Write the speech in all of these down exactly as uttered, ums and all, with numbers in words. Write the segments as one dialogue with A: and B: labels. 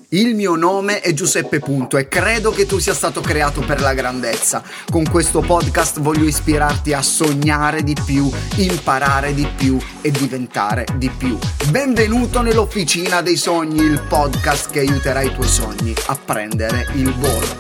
A: Il mio nome è Giuseppe Punto e credo che tu sia stato creato per la grandezza. Con questo podcast voglio ispirarti a sognare di più, imparare di più e diventare di più. Benvenuto nell'Officina dei Sogni, il podcast che aiuterà i tuoi sogni a prendere il volo.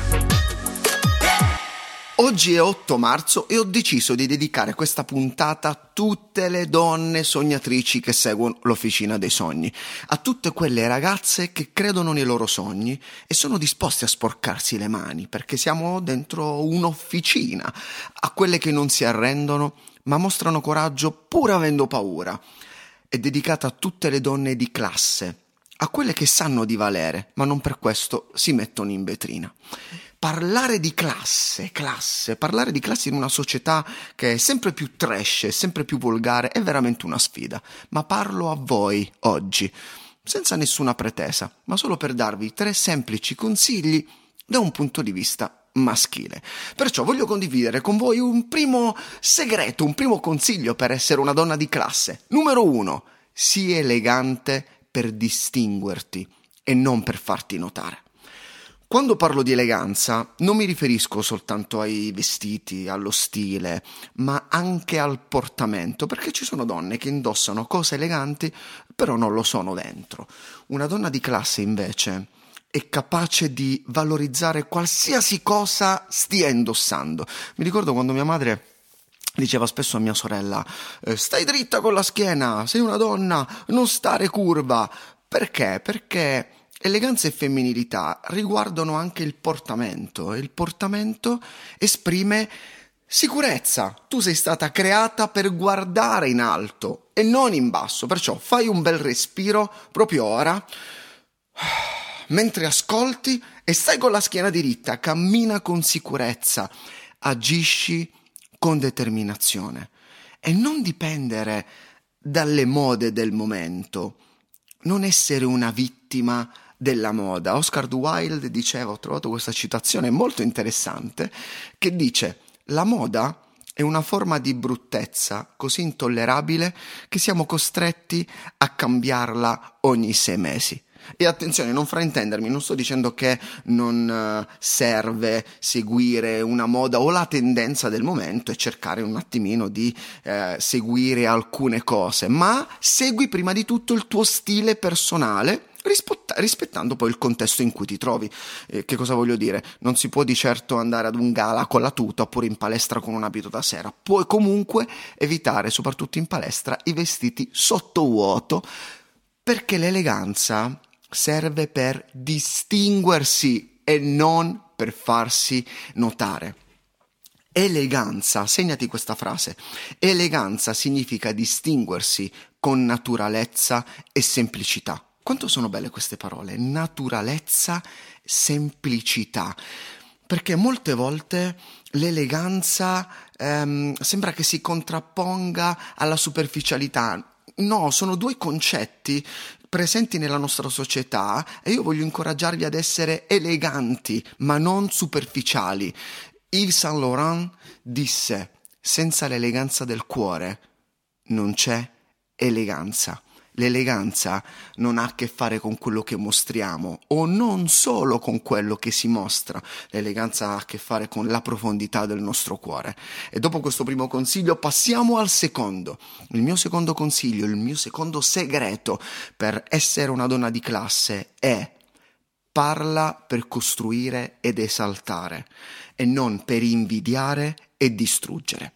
A: Oggi è otto marzo e ho deciso di dedicare questa puntata a tutte le donne sognatrici che seguono l'Officina dei Sogni, a tutte quelle ragazze che credono nei loro sogni e sono disposte a sporcarsi le mani perché siamo dentro un'officina, a quelle che non si arrendono ma mostrano coraggio pur avendo paura. È dedicata a tutte le donne di classe, a quelle che sanno di valere ma non per questo si mettono in vetrina. Parlare di classe, classe, parlare di classe in una società che è sempre più trash, sempre più volgare, è veramente una sfida. Ma parlo a voi oggi, senza nessuna pretesa, ma solo per darvi tre semplici consigli da un punto di vista maschile. Perciò voglio condividere con voi un primo segreto, un primo consiglio per essere una donna di classe. Numero uno, sii elegante per distinguerti e non per farti notare. Quando parlo di eleganza non mi riferisco soltanto ai vestiti, allo stile, ma anche al portamento, perché ci sono donne che indossano cose eleganti però non lo sono dentro. Una donna di classe invece è capace di valorizzare qualsiasi cosa stia indossando. Mi ricordo quando mia madre diceva spesso a mia sorella: stai dritta con la schiena, sei una donna, non stare curva. Perché? Perché eleganza e femminilità riguardano anche il portamento e il portamento esprime sicurezza. Tu sei stata creata per guardare in alto e non in basso, perciò fai un bel respiro proprio ora, mentre ascolti e stai con la schiena diritta, cammina con sicurezza, agisci con determinazione e non dipendere dalle mode del momento, non essere una vittima della moda. Oscar Wilde diceva, ho trovato questa citazione molto interessante, che dice: la moda è una forma di bruttezza così intollerabile che siamo costretti a cambiarla ogni sei mesi. E attenzione, non fraintendermi, non sto dicendo che non serve seguire una moda o la tendenza del momento e cercare un attimino di eh, seguire alcune cose, ma segui prima di tutto il tuo stile personale, rispetta- rispettando poi il contesto in cui ti trovi. Eh, che cosa voglio dire? Non si può di certo andare ad un gala con la tuta oppure in palestra con un abito da sera. Puoi comunque evitare, soprattutto in palestra, i vestiti sottovuoto, perché l'eleganza serve per distinguersi e non per farsi notare. Eleganza, segnati questa frase, eleganza significa distinguersi con naturalezza e semplicità. Quanto sono belle queste parole, naturalezza, semplicità, perché molte volte l'eleganza ehm, sembra che si contrapponga alla superficialità. No, sono due concetti presenti nella nostra società e io voglio incoraggiarvi ad essere eleganti, ma non superficiali. Yves Saint Laurent disse: senza l'eleganza del cuore non c'è eleganza. L'eleganza non ha a che fare con quello che mostriamo o non solo con quello che si mostra, l'eleganza ha a che fare con la profondità del nostro cuore. E dopo questo primo consiglio passiamo al secondo. Il mio secondo consiglio, il mio secondo segreto per essere una donna di classe è: parla per costruire ed esaltare e non per invidiare e distruggere.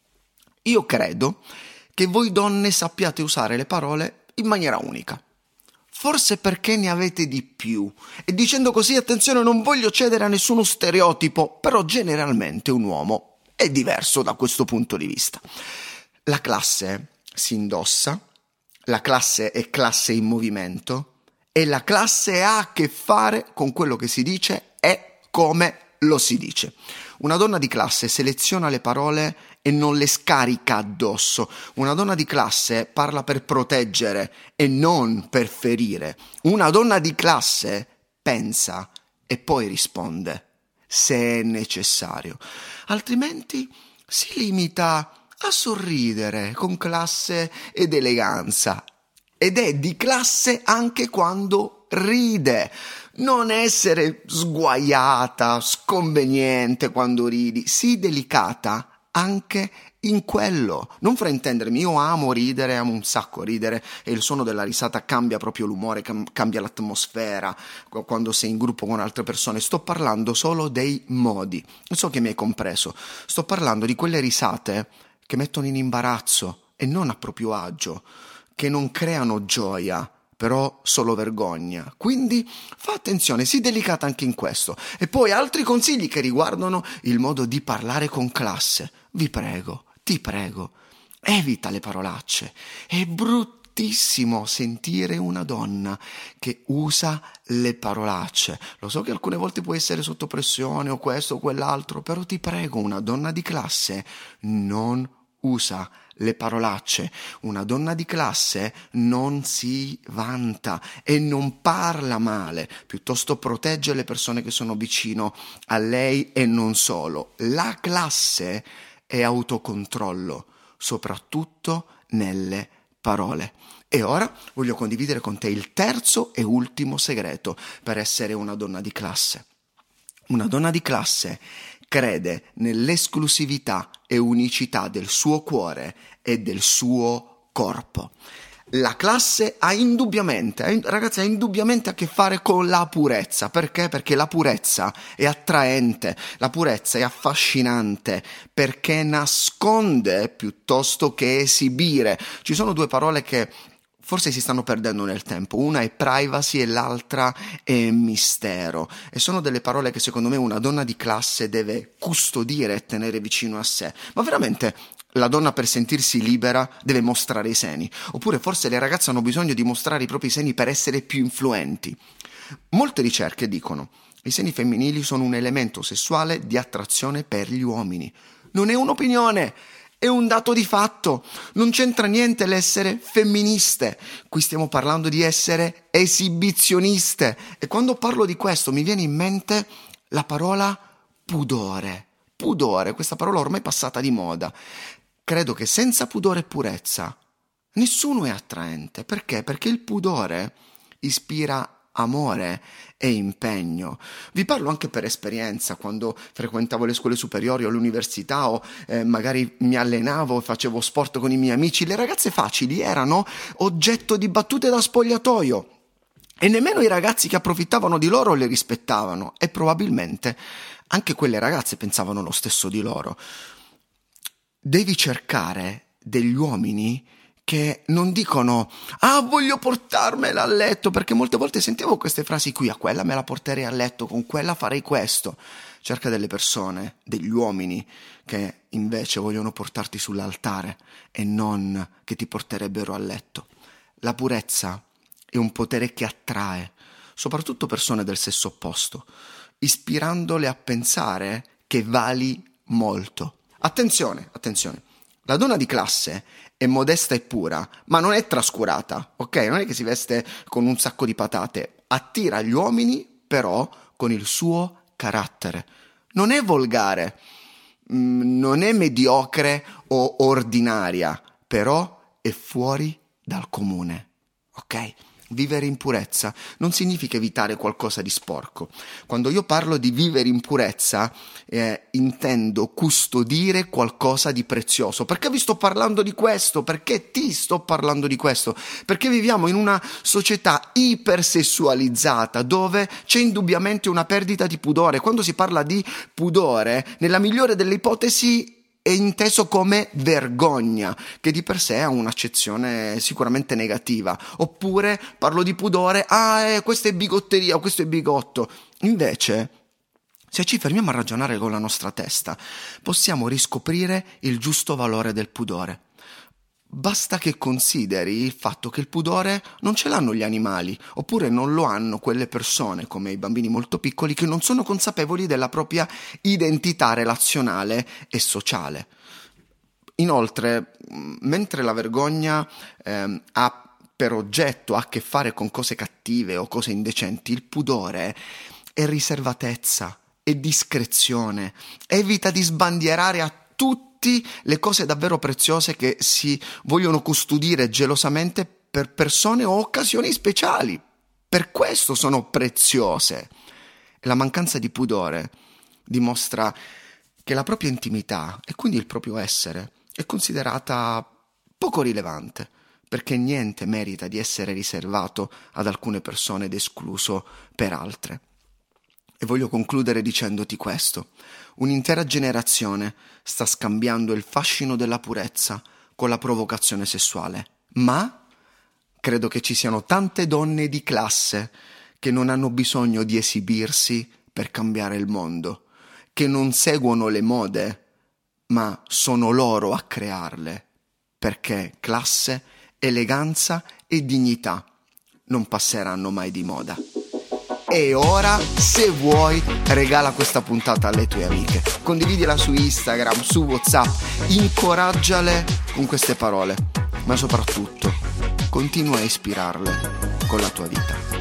A: Io credo che voi donne sappiate usare le parole in maniera unica. Forse perché ne avete di più. E dicendo così, attenzione, non voglio cedere a nessuno stereotipo, però generalmente un uomo è diverso da questo punto di vista. La classe si indossa, la classe è classe in movimento e la classe ha a che fare con quello che si dice e come lo si dice. Una donna di classe seleziona le parole e non le scarica addosso. Una donna di classe parla per proteggere e non per ferire. Una donna di classe pensa e poi risponde, se è necessario. Altrimenti si limita a sorridere con classe ed eleganza ed è di classe anche quando ride. Non essere sguaiata, sconveniente quando ridi, sii delicata anche in quello. Non fraintendermi, io amo ridere, amo un sacco ridere e il suono della risata cambia proprio l'umore, cam- cambia l'atmosfera quando sei in gruppo con altre persone. Sto parlando solo dei modi. Non so che mi hai compreso. Sto parlando di quelle risate che mettono in imbarazzo e non a proprio agio, che non creano gioia, però solo vergogna. Quindi fa attenzione, sii delicata anche in questo. E poi altri consigli che riguardano il modo di parlare con classe. Vi prego, ti prego, evita le parolacce. È bruttissimo sentire una donna che usa le parolacce. Lo so che alcune volte può essere sotto pressione o questo o quell'altro, però ti prego, una donna di classe non usa le parolacce. Una donna di classe non si vanta e non parla male, piuttosto protegge le persone che sono vicino a lei e non solo. La classe è autocontrollo, soprattutto nelle parole. E ora voglio condividere con te il terzo e ultimo segreto per essere una donna di classe. Una donna di classe crede nell'esclusività e unicità del suo cuore e del suo corpo. La classe ha indubbiamente, ragazzi, ha indubbiamente a che fare con la purezza. Perché? Perché la purezza è attraente, la purezza è affascinante, perché nasconde piuttosto che esibire. Ci sono due parole che forse si stanno perdendo nel tempo, una è privacy e l'altra è mistero, e sono delle parole che secondo me una donna di classe deve custodire e tenere vicino a sé. Ma veramente la donna per sentirsi libera deve mostrare i seni? Oppure forse le ragazze hanno bisogno di mostrare i propri seni per essere più influenti? Molte ricerche dicono che i seni femminili sono un elemento sessuale di attrazione per gli uomini. Non è un'opinione, è un dato di fatto. Non c'entra niente l'essere femministe. Qui stiamo parlando di essere esibizioniste. E quando parlo di questo mi viene in mente la parola pudore. Pudore, questa parola ormai passata di moda. Credo che senza pudore e purezza nessuno è attraente. Perché? Perché il pudore ispira amore e impegno. Vi parlo anche per esperienza. Quando frequentavo le scuole superiori o l'università o eh, magari mi allenavo, facevo sport con i miei amici, le ragazze facili erano oggetto di battute da spogliatoio e nemmeno i ragazzi che approfittavano di loro le rispettavano, e probabilmente anche quelle ragazze pensavano lo stesso di loro. Devi cercare degli uomini che non dicono «Ah, voglio portarmela a letto», perché molte volte sentivo queste frasi qui: «A quella me la porterei a letto, con quella farei questo». Cerca delle persone, degli uomini che invece vogliono portarti sull'altare e non che ti porterebbero a letto. La purezza è un potere che attrae, soprattutto persone del sesso opposto, ispirandole a pensare che vali molto. Attenzione, attenzione. La donna di classe è modesta e pura, ma non è trascurata, ok? Non è che si veste con un sacco di patate. Attira gli uomini, però, con il suo carattere. Non è volgare, non è mediocre o ordinaria, però è fuori dal comune, ok? Vivere in purezza non significa evitare qualcosa di sporco. Quando io parlo di vivere in purezza, eh, intendo custodire qualcosa di prezioso. Perché vi sto parlando di questo? Perché ti sto parlando di questo? Perché viviamo in una società ipersessualizzata dove c'è indubbiamente una perdita di pudore. Quando si parla di pudore, nella migliore delle ipotesi è inteso come vergogna, che di per sé ha un'accezione sicuramente negativa. Oppure parlo di pudore, ah, eh, questa è bigotteria, questo è bigotto. Invece, se ci fermiamo a ragionare con la nostra testa, possiamo riscoprire il giusto valore del pudore. Basta che consideri il fatto che il pudore non ce l'hanno gli animali, oppure non lo hanno quelle persone, come i bambini molto piccoli, che non sono consapevoli della propria identità relazionale e sociale. Inoltre, mentre la vergogna eh, ha per oggetto a che fare con cose cattive o cose indecenti, il pudore è riservatezza, è discrezione, evita di sbandierare a tutti le cose davvero preziose che si vogliono custodire gelosamente per persone o occasioni speciali. Per questo sono preziose. E la mancanza di pudore dimostra che la propria intimità e quindi il proprio essere è considerata poco rilevante, perché niente merita di essere riservato ad alcune persone ed escluso per altre. E voglio concludere dicendoti questo: un'intera generazione sta scambiando il fascino della purezza con la provocazione sessuale, ma credo che ci siano tante donne di classe che non hanno bisogno di esibirsi per cambiare il mondo, che non seguono le mode, ma sono loro a crearle, perché classe, eleganza e dignità non passeranno mai di moda. E ora, se vuoi, regala questa puntata alle tue amiche, condividila su Instagram, su WhatsApp, incoraggiale con queste parole, ma soprattutto continua a ispirarle con la tua vita.